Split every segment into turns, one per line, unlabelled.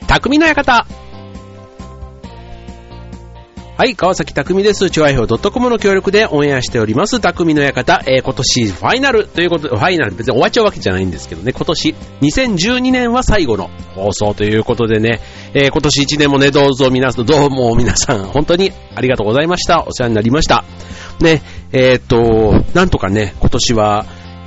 匠の館。はい、川崎匠です。チョアヘオ .com の協力でオンエアしております匠の館、今年ファイナルということで、ファイナル別に終わっちゃうわけじゃないんですけどね、今年2012年は最後の放送ということでね、今年1年もね、どうも皆さん本当にありがとうございました。お世話になりましたね。なんとかね、今年は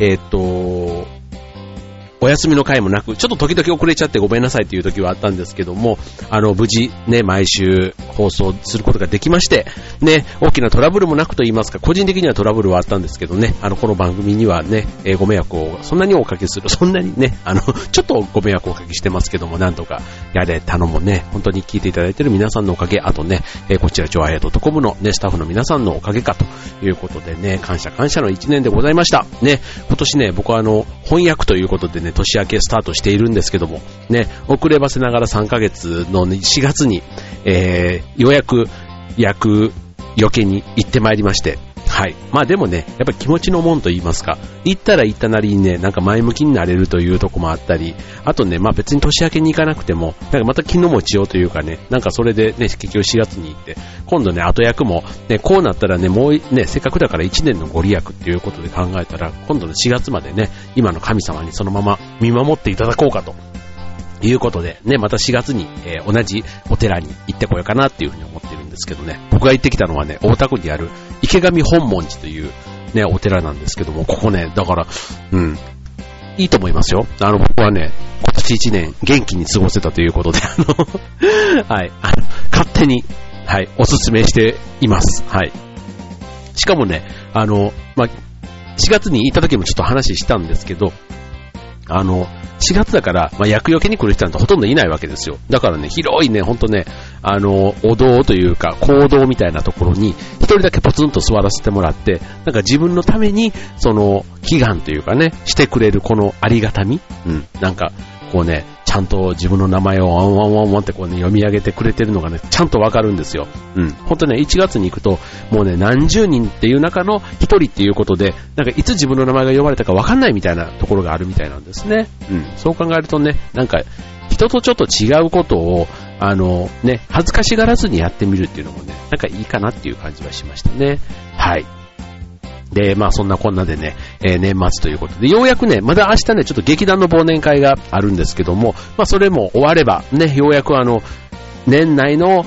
お休みの回もなく、ちょっと時々遅れちゃってごめんなさいという時はあったんですけども、無事ね、毎週放送することができまして、ね、大きなトラブルもなくと言いますか、個人的にはトラブルはあったんですけどね、この番組にはね、ご迷惑をそんなにおかけする、そんなにね、ちょっとご迷惑をおかけしてますけども、なんとかやれたのもね、本当に聞いていただいている皆さんのおかげ、あとね、こちらチョアヘイ .com のね、スタッフの皆さんのおかげかということでね、感謝の1年でございました。ね、今年ね、僕は翻訳ということでね、年明けスタートしているんですけども、ね、遅ればせながら3ヶ月の4月に、ようやく役余計に行ってまいりまして、はい。まあでもね、やっぱり気持ちのもんと言いますか、行ったら行ったなりにね、なんか前向きになれるというとこもあったり、あとね、まあ別に年明けに行かなくても、なんかまた気の持ちようというかね、なんかそれでね、結局4月に行って、今度ね、後役も、ね、こうなったらね、もうね、せっかくだから1年のご利益っていうことで考えたら、今度の4月までね、今の神様にそのまま見守っていただこうかと。いうことでね、また4月に、同じお寺に行ってこようかなっていうふうに思ってるんですけどね、僕が行ってきたのはね、大田区にある池上本門寺というね、お寺なんですけども、ここね、だから、いいと思いますよ。僕はね、今年1年元気に過ごせたということで、はい、勝手に、はい、おすすめしています。はい。しかもね、4月に行った時もちょっと話したんですけど、4月だから、厄除けに来る人なんてほとんどいないわけですよ。だからね、広いね、ほんとね、お堂というか、講堂みたいなところに、一人だけポツンと座らせてもらって、なんか自分のために、祈願というかね、してくれるこのありがたみ、なんか、こうね、ちゃんと自分の名前をワンワンワンワンってこうね、読み上げてくれてるのがね、ちゃんとわかるんですよ。ほんとね、1月に行くと、もうね、何十人っていう中の一人っていうことで、なんかいつ自分の名前が読まれたかわかんないみたいなところがあるみたいなんですね。そう考えるとね、なんか、人とちょっと違うことを、ね、恥ずかしがらずにやってみるっていうのもね、なんかいいかなっていう感じはしましたね。はい。で、まあそんなこんなでね、年末ということで、ようやくね、まだ明日ね、ちょっと劇団の忘年会があるんですけども、まあそれも終われば、ね、ようやく年内の、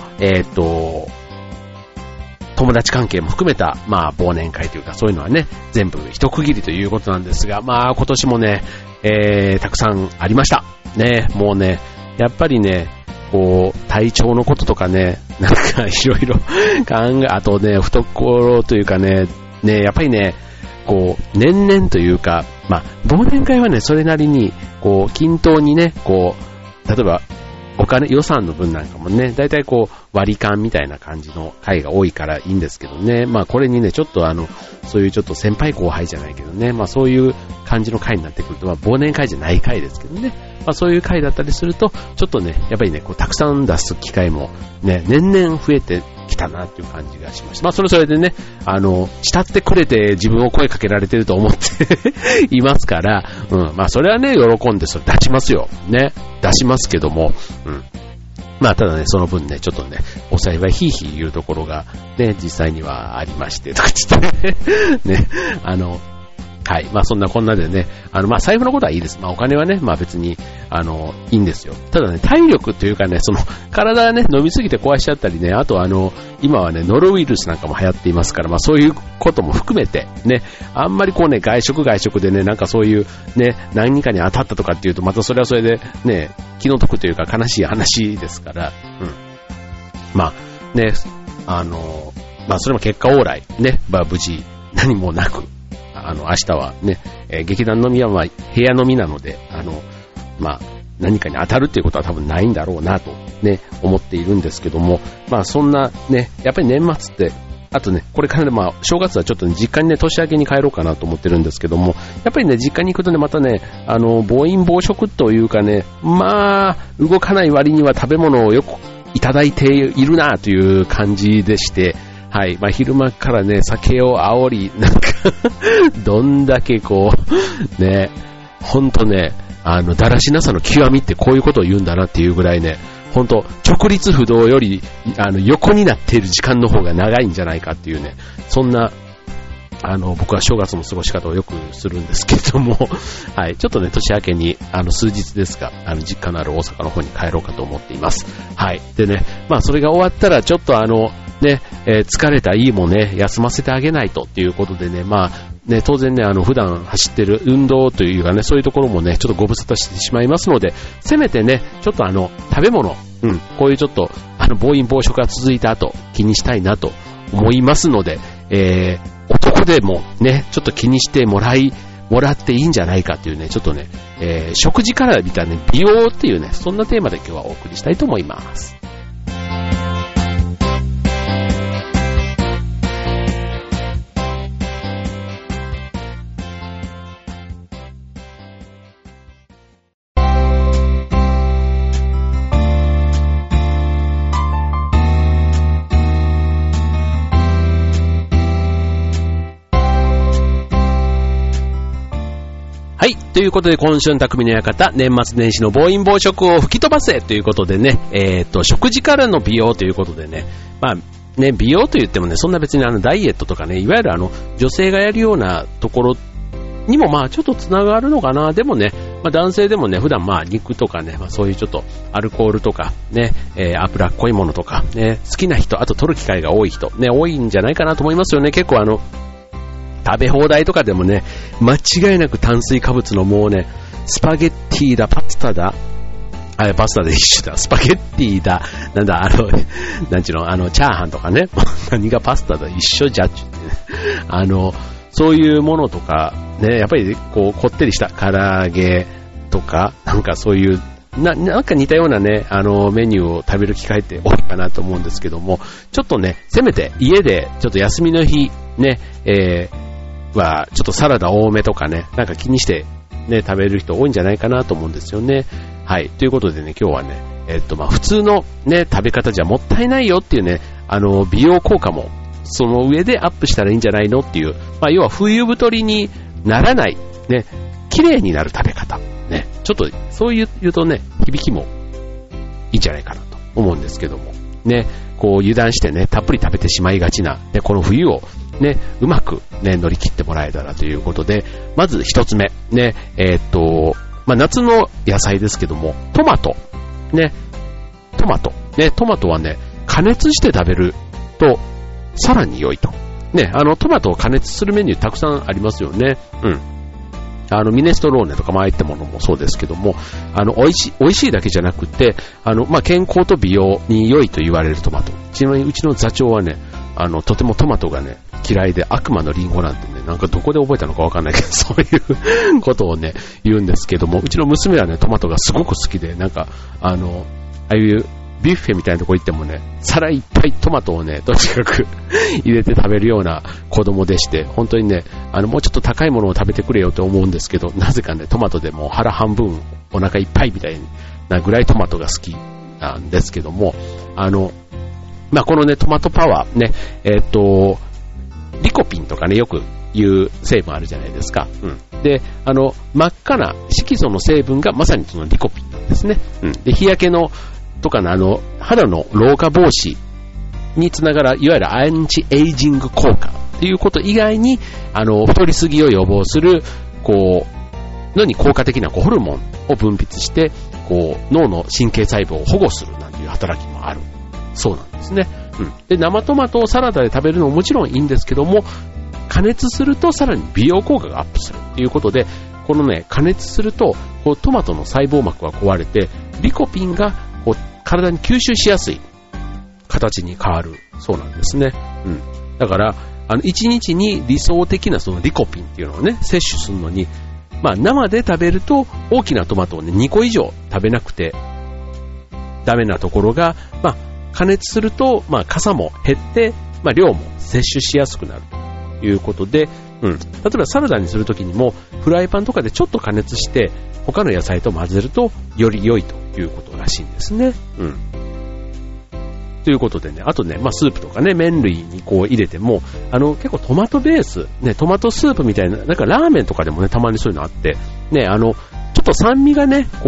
友達関係も含めた、まあ忘年会というか、そういうのはね、全部一区切りということなんですが、まあ今年もね、たくさんありました。ね、もうね、やっぱりね、こう、体調のこととかね、なんかいろいろあとね、懐というかね、やっぱりね、こう、年々というか、まあ、忘年会はね、それなりに、こう、均等にね、こう、例えば、予算の分なんかもね、だいたいこう、割り勘みたいな感じの会が多いからいいんですけどね、まあ、これにね、ちょっとそういうちょっと先輩後輩じゃないけどね、まあ、そういう感じの会になってくると、まあ、忘年会じゃない会ですけどね、まあ、そういう会だったりすると、ちょっとね、やっぱりね、こう、たくさん出す機会もね、年々増えてきたなっていう感じがしました。まあ、それでね、慕ってくれて自分を声かけられてると思っていますから、まあ、それはね、喜んでそれ出しますよ。ね、出しますけども、まあ、ただね、その分ね、ちょっとね、お財布はヒーヒー言うところが、ね、実際にはありまして、とか言ってね、ね、はい。まあそんなこんなでね、まあ財布のことはいいです。まあお金はね、まあ別に、いいんですよ。ただね、体力というかね、体がね、飲みすぎて壊しちゃったりね、あと今はね、ノロウイルスなんかも流行っていますから、まあそういうことも含めて、ね、あんまりこうね、外食でね、なんかそういうね、何かに当たったとかっていうと、またそれはそれでね、気の毒というか悲しい話ですから、まあね、まあそれも結果オーライ、ね、まあ無事、何もなく、明日はね、劇団のみはまあ部屋飲みなので、まあ何かに当たるっていうことは多分ないんだろうなとね、思っているんですけども、まあそんなね、やっぱり年末って、あとね、これからね、まあ正月はちょっとね、実家にね、年明けに帰ろうかなと思ってるんですけども、やっぱりね、実家に行くとね、またね、暴飲暴食というかね、まあ、動かない割には食べ物をよくいただいているなという感じでして、はい。まあ、昼間からね、酒を煽り、なんか、どんだけこう、ね、ほんとね、だらしなさの極みってこういうことを言うんだなっていうぐらいね、 本当直立不動より、横になっている時間の方が長いんじゃないかっていうね、そんな、僕は正月の過ごし方をよくするんですけれども、はい、ちょっとね、年明けに、数日ですが、実家のある大阪の方に帰ろうかと思っています。はい。でね、まあ、それが終わったら、ちょっとね、疲れたいいもね、休ませてあげないとっていうことでね、まあ、ね、当然ね、普段走ってる運動というかね、そういうところもね、ちょっとご無沙汰してしまいますので、せめてね、ちょっと食べ物、こういうちょっと、暴飲暴食が続いた後、気にしたいなと思いますので、男でもね、ちょっと気にしてもらっていいんじゃないかっていうね、ちょっとね、食事から見たね、美容っていうね、そんなテーマで今日はお送りしたいと思います。はい。ということで、今週の匠の館、年末年始の暴飲暴食を吹き飛ばせということでね、食事からの美容ということでね、まあ、ね、美容と言ってもね、そんな別にダイエットとかね、いわゆる女性がやるようなところにもまあちょっとつながるのかな。でもね、まあ男性でもね、普段まあ肉とかね、まあそういうちょっとアルコールとかね、脂っこいものとかね、好きな人、あと取る機会が多い人、ね、多いんじゃないかなと思いますよね。結構食べ放題とかでもね、間違いなく炭水化物のもうね、スパゲッティだ、パスタだ、パスタで一緒だ、スパゲッティだ、なんだ、なんちゅうの、チャーハンとかね、何がパスタだ、一緒じゃっちゅってね、そういうものとか、ね、やっぱりこう、こってりした唐揚げとか、なんかそういう、なんか似たようなね、メニューを食べる機会って多いかなと思うんですけども、ちょっとね、せめて家で、ちょっと休みの日、ね、は、ちょっとサラダ多めとかね、なんか気にしてね、食べる人多いんじゃないかなと思うんですよね。はい。ということでね、今日はね、まあ、普通のね、食べ方じゃもったいないよっていうね、美容効果も、その上でアップしたらいいんじゃないのっていう、まあ、要は冬太りにならない、ね、綺麗になる食べ方。ね、ちょっと、そう言うとね、響きもいいんじゃないかなと思うんですけども、ね、こう油断してね、たっぷり食べてしまいがちな、ね、この冬を、ね、うまくね、乗り切ってもらえたらということで、まず一つ目、ね、まあ、夏の野菜ですけども、トマト。ね、トマトはね、加熱して食べると、さらに良いと。ね、トマトを加熱するメニューたくさんありますよね。うん。ミネストローネとか、まあ、ああいったものもそうですけども、美味しいだけじゃなくて、まあ、健康と美容に良いと言われるトマト。ちなみにうちの座長はね、とてもトマトがね、嫌いで悪魔のリンゴなんてね、なんかどこで覚えたのかわかんないけど、そういうことをね、言うんですけども、うちの娘はね、トマトがすごく好きで、なんか、ああいうビュッフェみたいなとこ行ってもね、皿いっぱいトマトをね、とにかく入れて食べるような子供でして、本当にね、もうちょっと高いものを食べてくれよと思うんですけど、なぜかね、トマトでもう腹半分お腹いっぱいみたいなぐらいトマトが好きなんですけども、まあ、このね、トマトパワーね、リコピンとかね、よく言う成分あるじゃないですか。うん。で、真っ赤な色素の成分がまさにそのリコピンなんですね。うん。で、日焼けのとかの肌の老化防止につながる、いわゆるアンチエイジング効果っていうこと以外に、太りすぎを予防する、こう、のに効果的なホルモンを分泌して、こう、脳の神経細胞を保護するなんていう働きもある。そうなんですね。うん。で、生トマトをサラダで食べるのももちろんいいんですけども、加熱するとさらに美容効果がアップするということで、このね、加熱すると、こうトマトの細胞膜が壊れて、リコピンがこう体に吸収しやすい形に変わるそうなんですね。うん。だから、1日に理想的なそのリコピンっていうのをね、摂取するのに、まあ生で食べると大きなトマトをね、2個以上食べなくてダメなところが、まあ加熱すると、まあ、傘も減って、まあ、量も摂取しやすくなるということで、うん。例えばサラダにするときにも、フライパンとかでちょっと加熱して、他の野菜と混ぜると、より良いということらしいんですね。うん。ということでね、あとね、まあ、スープとかね、麺類にこう入れても、結構トマトベース、ね、トマトスープみたいな、なんかラーメンとかでもね、たまにそういうのあって、ね、ちょっと酸味がね、こう、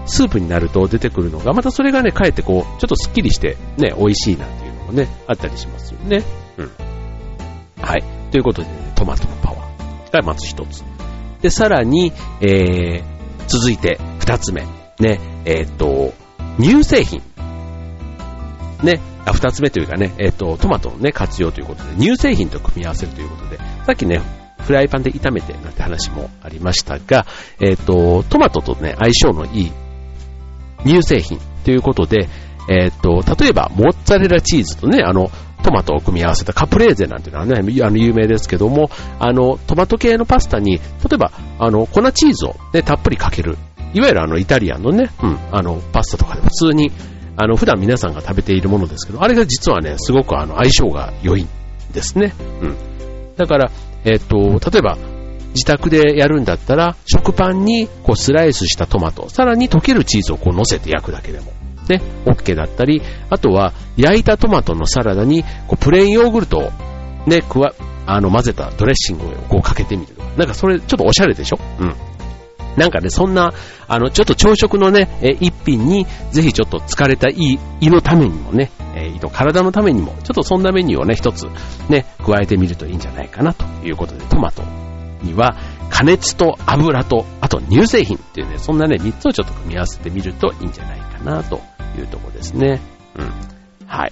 スープになると出てくるのが、またそれがね、かえってこう、ちょっとスッキリしてね、美味しいなっていうのもね、あったりしますよね。うん。はい。ということで、ね、トマトのパワーがまず一つ。で、さらに、続いて二つ目。ね、乳製品。ね、二つ目というかね、トマトのね、活用ということで、乳製品と組み合わせるということで、さっきね、フライパンで炒めてなんて話もありましたが、トマトとね、相性のいい乳製品ということで、例えば、モッツァレラチーズとね、トマトを組み合わせたカプレーゼなんていうのはね、有名ですけども、トマト系のパスタに、例えば、粉チーズをね、たっぷりかける。いわゆるイタリアンのね、パスタとかで普通に、普段皆さんが食べているものですけど、あれが実はね、すごく相性が良いんですね。うん。だから、例えば、自宅でやるんだったら、食パンにこうスライスしたトマト、さらに溶けるチーズをこう乗せて焼くだけでも、ね、OK だったり、あとは、焼いたトマトのサラダに、こうプレーンヨーグルトをね、混ぜたドレッシングをこうかけてみるとか。なんかそれ、ちょっとおしゃれでしょ？うん。なんかね、そんな、ちょっと朝食のね、一品に、ぜひちょっと疲れた胃のためにもね、体のためにも、ちょっとそんなメニューをね、一つね、加えてみるといいんじゃないかなということで、トマトには、加熱と油と、あと乳製品っていうね、そんなね、3つをちょっと組み合わせてみるといいんじゃないかなというところですね。うん。はい。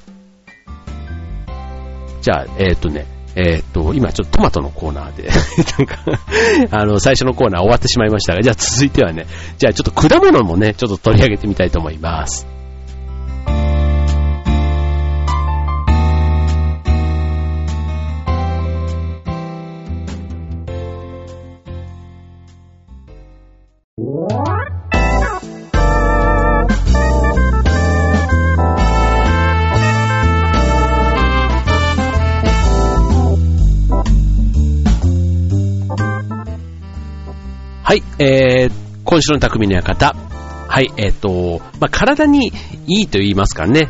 じゃあ、今ちょっとトマトのコーナーで、なんか、最初のコーナー終わってしまいましたが、じゃあ続いてはね、じゃあちょっと果物もね、ちょっと取り上げてみたいと思います。はい、今週の匠の館。はい、体にいいと言いますかね。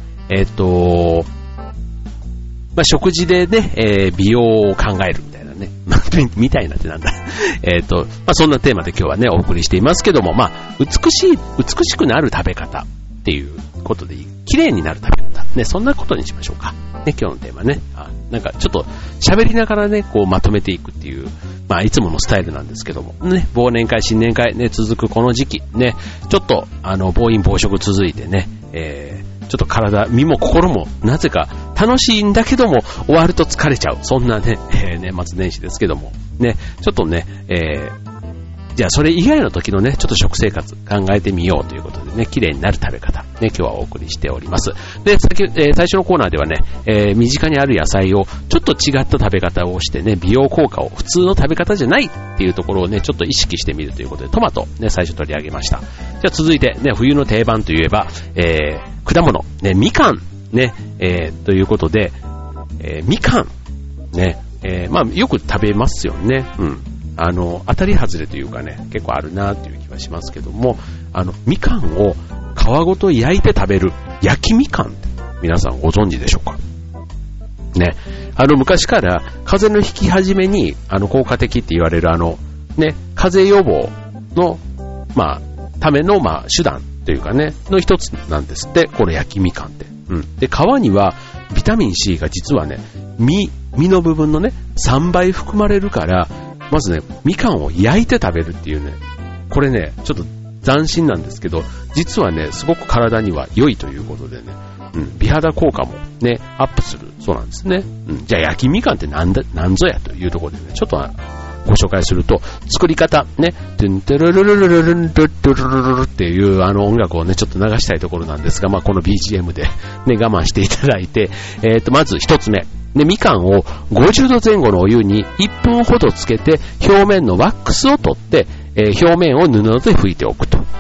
食事でね、美容を考えるみたいなね。みたいなってなんだ。そんなテーマで今日はね、お送りしていますけども、美しくなる食べ方っていうことで、綺麗になる食べ方。ね、そんなことにしましょうか。ね、今日のテーマね。なんかちょっと喋りながらね、こうまとめていくっていう、いつものスタイルなんですけども、ね、忘年会、新年会、ね、続くこの時期、ね、ちょっと、暴飲暴食続いてね、ちょっと体、身も心も、なぜか楽しいんだけども、終わると疲れちゃう。そんなね、年末年始ですけども、ね、ちょっとね、じゃあそれ以外の時のね、ちょっと食生活考えてみようということでね、綺麗になる食べ方、ね、今日はお送りしております。で、最初のコーナーではね、身近にある野菜をちょっと違った食べ方をしてね、美容効果を普通の食べ方じゃないっていうところをね、ちょっと意識してみるということで、トマト、ね、最初取り上げました。じゃあ続いてね、冬の定番といえば、果物、ね、みかん、ね、ということで、みかん、ね、よく食べますよね。うん。当たり外れというかね、結構あるなという気はしますけども、みかんを皮ごと焼いて食べる焼きみかんって皆さんご存知でしょうかね。昔から風邪のひき始めに効果的って言われるね、風邪予防のための手段というかねの一つなんですって、この焼きみかんって。うん。で、皮にはビタミン C が実はね、実の部分のね3倍含まれるから、まずね、みかんを焼いて食べるっていうね、これね、ちょっと斬新なんですけど、実はね、すごく体には良いということでね、美肌効果もね、アップするそうなんですね。じゃあ焼きみかんってなんぞやというところでね、ちょっとご紹介すると、作り方、ね、トゥンテルルルルルルントゥットゥルルルルっていう音楽をね、ちょっと流したいところなんですが、この BGM でね、我慢していただいて、まず一つ目。で、みかんを50度前後のお湯に1分ほどつけて、表面のワックスを取って、表面を布で拭いておくと。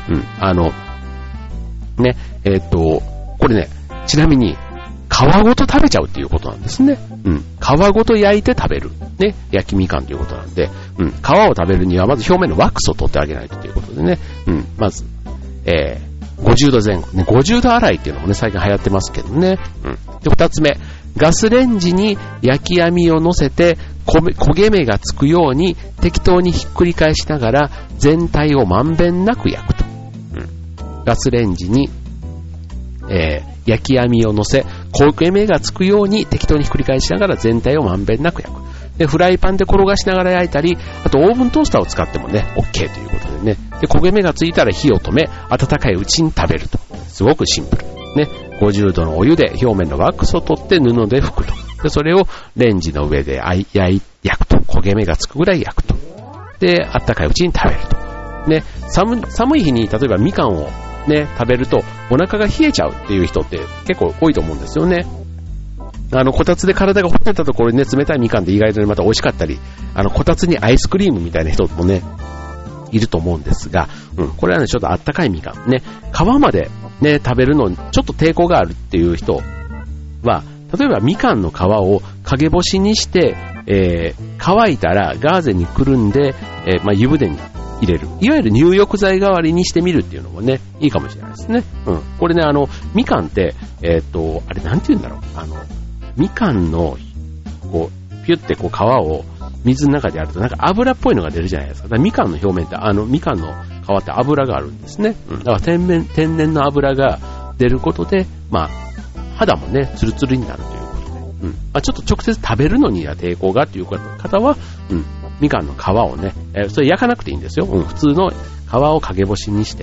ね、これね、ちなみに、皮ごと食べちゃうっていうことなんですね。皮ごと焼いて食べる。ね、焼きみかんということなんで、皮を食べるにはまず表面のワックスを取ってあげないとということでね、まず、50度前後。ね、50度洗いっていうのもね、最近流行ってますけどね。で、2つ目。ガスレンジに焼き網を乗せて焦げ目がつくように適当にひっくり返しながら全体をまんべんなく焼くと。 ガスレンジに、焼き網を乗せ、焦げ目がつくように適当にひっくり返しながら全体をまんべんなく焼く。で、フライパンで転がしながら焼いたり、あとオーブントースターを使ってもね、OK ということでね。で、焦げ目がついたら火を止め、温かいうちに食べると。すごくシンプル。ね、50度のお湯で表面のワックスを取って布で拭くと。で、それをレンジの上で焼くと。焦げ目がつくぐらい焼くと。で、温かいうちに食べると。ね、寒い日に例えばみかんをね、食べるとお腹が冷えちゃうっていう人って結構多いと思うんですよね。こたつで体がほてたところにね、冷たいみかんで意外とまた美味しかったり、こたつにアイスクリームみたいな人もね、いると思うんですが、これはね、ちょっとあったかいみかんね、皮までね、食べるのにちょっと抵抗があるっていう人は、例えばみかんの皮を陰干しにして、乾いたらガーゼにくるんで、湯船に入れる。いわゆる入浴剤代わりにしてみるっていうのもね、いいかもしれないですね。これね、みかんって、あれなんて言うんだろう。みかんの、こう、ピュってこう皮を水の中でやるとなんか油っぽいのが出るじゃないですか。だからみかんの表面って、みかんの皮って油があるんですね。だから天然の油が出ることで、肌もね、ツルツルになるということで、ちょっと直接食べるのには抵抗がっていう方は、みかんの皮をね、それ焼かなくていいんですよ。普通の皮を陰干しにして、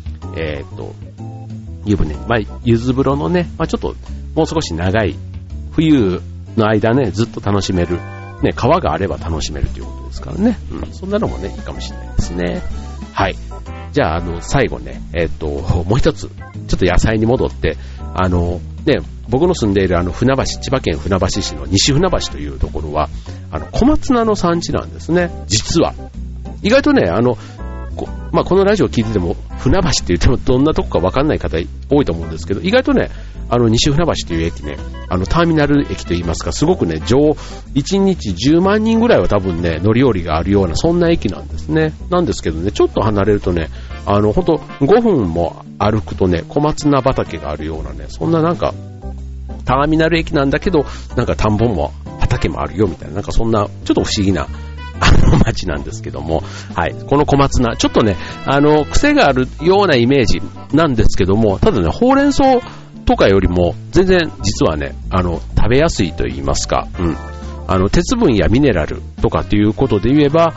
湯船、柚子風呂のね、ちょっともう少し長い冬の間ね、ずっと楽しめる、ね、皮があれば楽しめるということですからね。そんなのもね、いいかもしれないですね。はい。じゃあ、最後ね、もう一つ、ちょっと野菜に戻って、ね、僕の住んでいる船橋、千葉県船橋市の西船橋というところは、小松菜の産地なんですね、実は。意外とね、このラジオ聞いてても、船橋って言ってもどんなとこか分かんない方多いと思うんですけど、意外とね、西船橋という駅ね、ターミナル駅といいますか、すごくね、1日10万人ぐらいは多分ね、乗り降りがあるような、そんな駅なんですね。なんですけどね、ちょっと離れるとね、ほんと5分も歩くとね、小松菜畑があるようなね、そんななんか、ターミナル駅なんだけど、なんか田んぼも畑もあるよみたいな、なんかそんな、ちょっと不思議な、街なんですけども、はい。この小松菜、ちょっとね、癖があるようなイメージなんですけども、ただね、ほうれん草とかよりも、全然実はね、食べやすいと言いますか、鉄分やミネラルとかっていうことで言えば、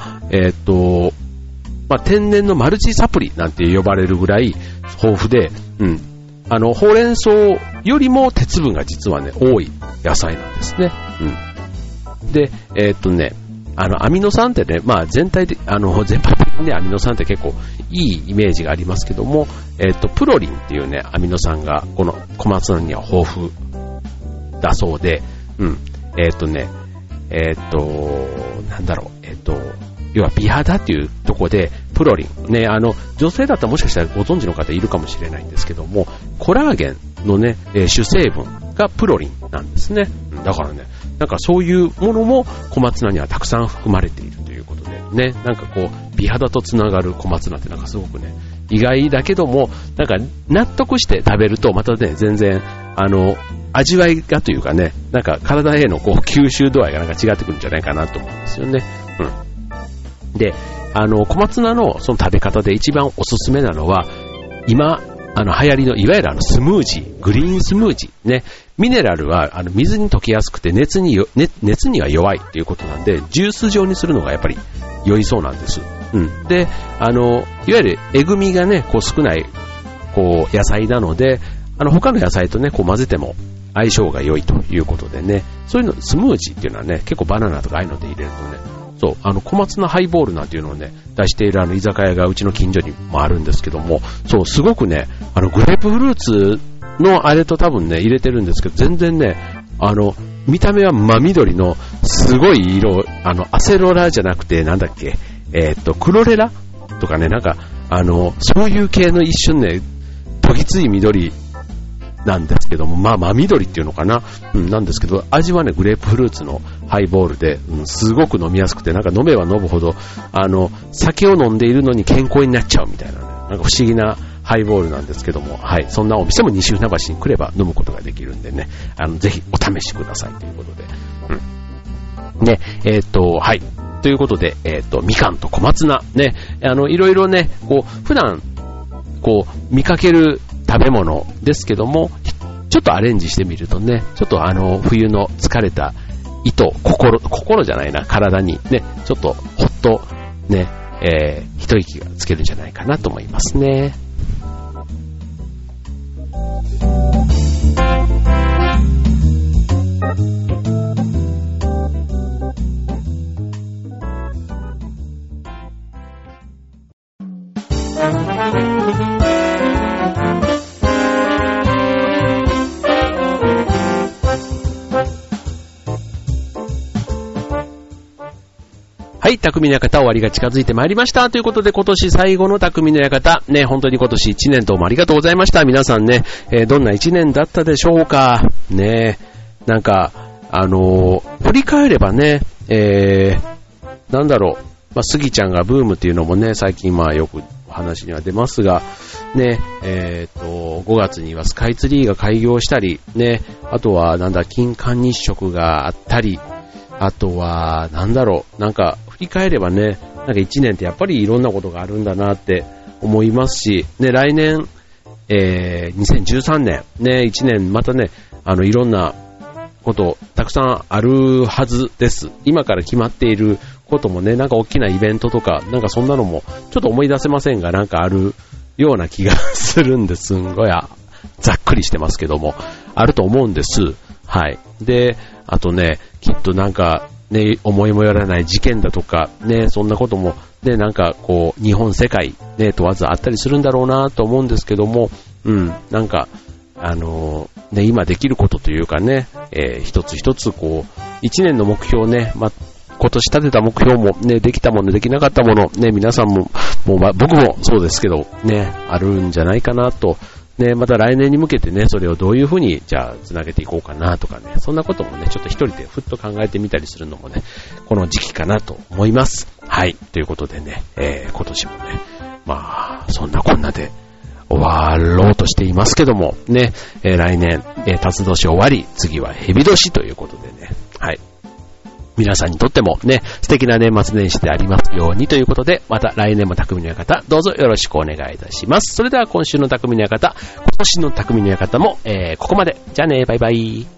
天然のマルチサプリなんて呼ばれるぐらい豊富で、ほうれん草よりも鉄分が実はね、多い野菜なんですね。で、アミノ酸ってね、全体で、全般的にね、アミノ酸って結構いいイメージがありますけども、プロリンっていうね、アミノ酸がこの小松菜には豊富だそうで、なんだろう、要は美肌っていうところで、プロリン。ね、女性だったらもしかしたらご存知の方いるかもしれないんですけども、コラーゲンのね、主成分がプロリンなんですね。だからね、なんかそういうものも小松菜にはたくさん含まれているということでね、なんかこう、美肌とつながる小松菜ってなんかすごくね、意外だけども、なんか納得して食べるとまたね、全然、味わいがというかね、なんか体へのこう吸収度合いがなんか違ってくるんじゃないかなと思うんですよね。で、小松菜のその食べ方で一番おすすめなのは、今、流行りのいわゆるスムージー、グリーンスムージーね、ミネラルは水に溶けやすくて熱には弱いということなんで、ジュース状にするのがやっぱり良いそうなんです。で、いわゆるえぐみがね、こう少ないこう野菜なので、他の野菜とね、こう混ぜても相性が良いということでね、そういうのスムージーっていうのはね、結構バナナとかああいうので入れるとね、そう、小松菜ハイボールなんていうのをね、出している居酒屋がうちの近所にもあるんですけども、そう、すごくね、グレープフルーツのあれと多分ね、入れてるんですけど、全然ね、見た目は真緑のすごい色、アセロラじゃなくて、なんだっけ、クロレラとかね、なんか、そういう系の一瞬ね、とぎつい緑なんですけども、真緑っていうのかな、なんですけど、味はね、グレープフルーツのハイボールで、すごく飲みやすくて、なんか飲めば飲むほど、酒を飲んでいるのに健康になっちゃうみたいなね、なんか不思議なハイボールなんですけども、はい、そんなお店も西船橋に来れば飲むことができるんでね、ぜひお試しくださいということで、ね、はい、ということで、みかんと小松菜、ね、いろいろね、こう、普段、 こう、見かける食べ物ですけども、ちょっとアレンジしてみるとね、ちょっと冬の疲れた心じゃないな、体にね、ちょっとほっとね、一息がつけるんじゃないかなと思いますね。はい、匠の館終わりが近づいてまいりました。ということで今年最後の匠の館、ね、本当に今年1年どうもありがとうございました。皆さんね、どんな1年だったでしょうか。ね、なんか、振り返ればね、なんだろう、まあ、スギちゃんがブームっていうのもね、最近まあよくお話には出ますが、ね、5月にはスカイツリーが開業したり、ね、あとはなんだ、金環日食があったり、あとは、なんだろう、なんか、振り返ればね、なんか1年ってやっぱりいろんなことがあるんだなって思いますし、ね、来年、2013年、ね、1年またね、いろんなことたくさんあるはずです。今から決まっていることもね、なんか大きなイベントとか、なんかそんなのもちょっと思い出せませんが、なんかあるような気がするんです。すんごいざっくりしてますけども、あると思うんです。はい。で、あとね、きっとなんか、ね、思いもよらない事件だとか、ね、そんなことも、ね、なんかこう、日本世界、ね、問わずあったりするんだろうなと思うんですけども、うん、なんか、ね、今できることというかね、一つ一つこう、一年の目標ね、ま、今年立てた目標もね、できたもの、できなかったもの、ね、皆さんも、僕もそうですけど、ね、あるんじゃないかなと、ね、また来年に向けてね、それをどういうふうに、じゃあ、つなげていこうかなとかね、そんなこともね、ちょっと一人でふっと考えてみたりするのもね、この時期かなと思います。はい。ということでね、今年もね、まあ、そんなこんなで終わろうとしていますけども、ね、来年、辰年終わり、次は蛇年ということでね、はい。皆さんにとってもね、素敵な年末年始でありますようにということで、また来年も匠の館、どうぞよろしくお願いいたします。それでは今週の匠の館、今年の匠の館も、ここまで。じゃあね、バイバイ。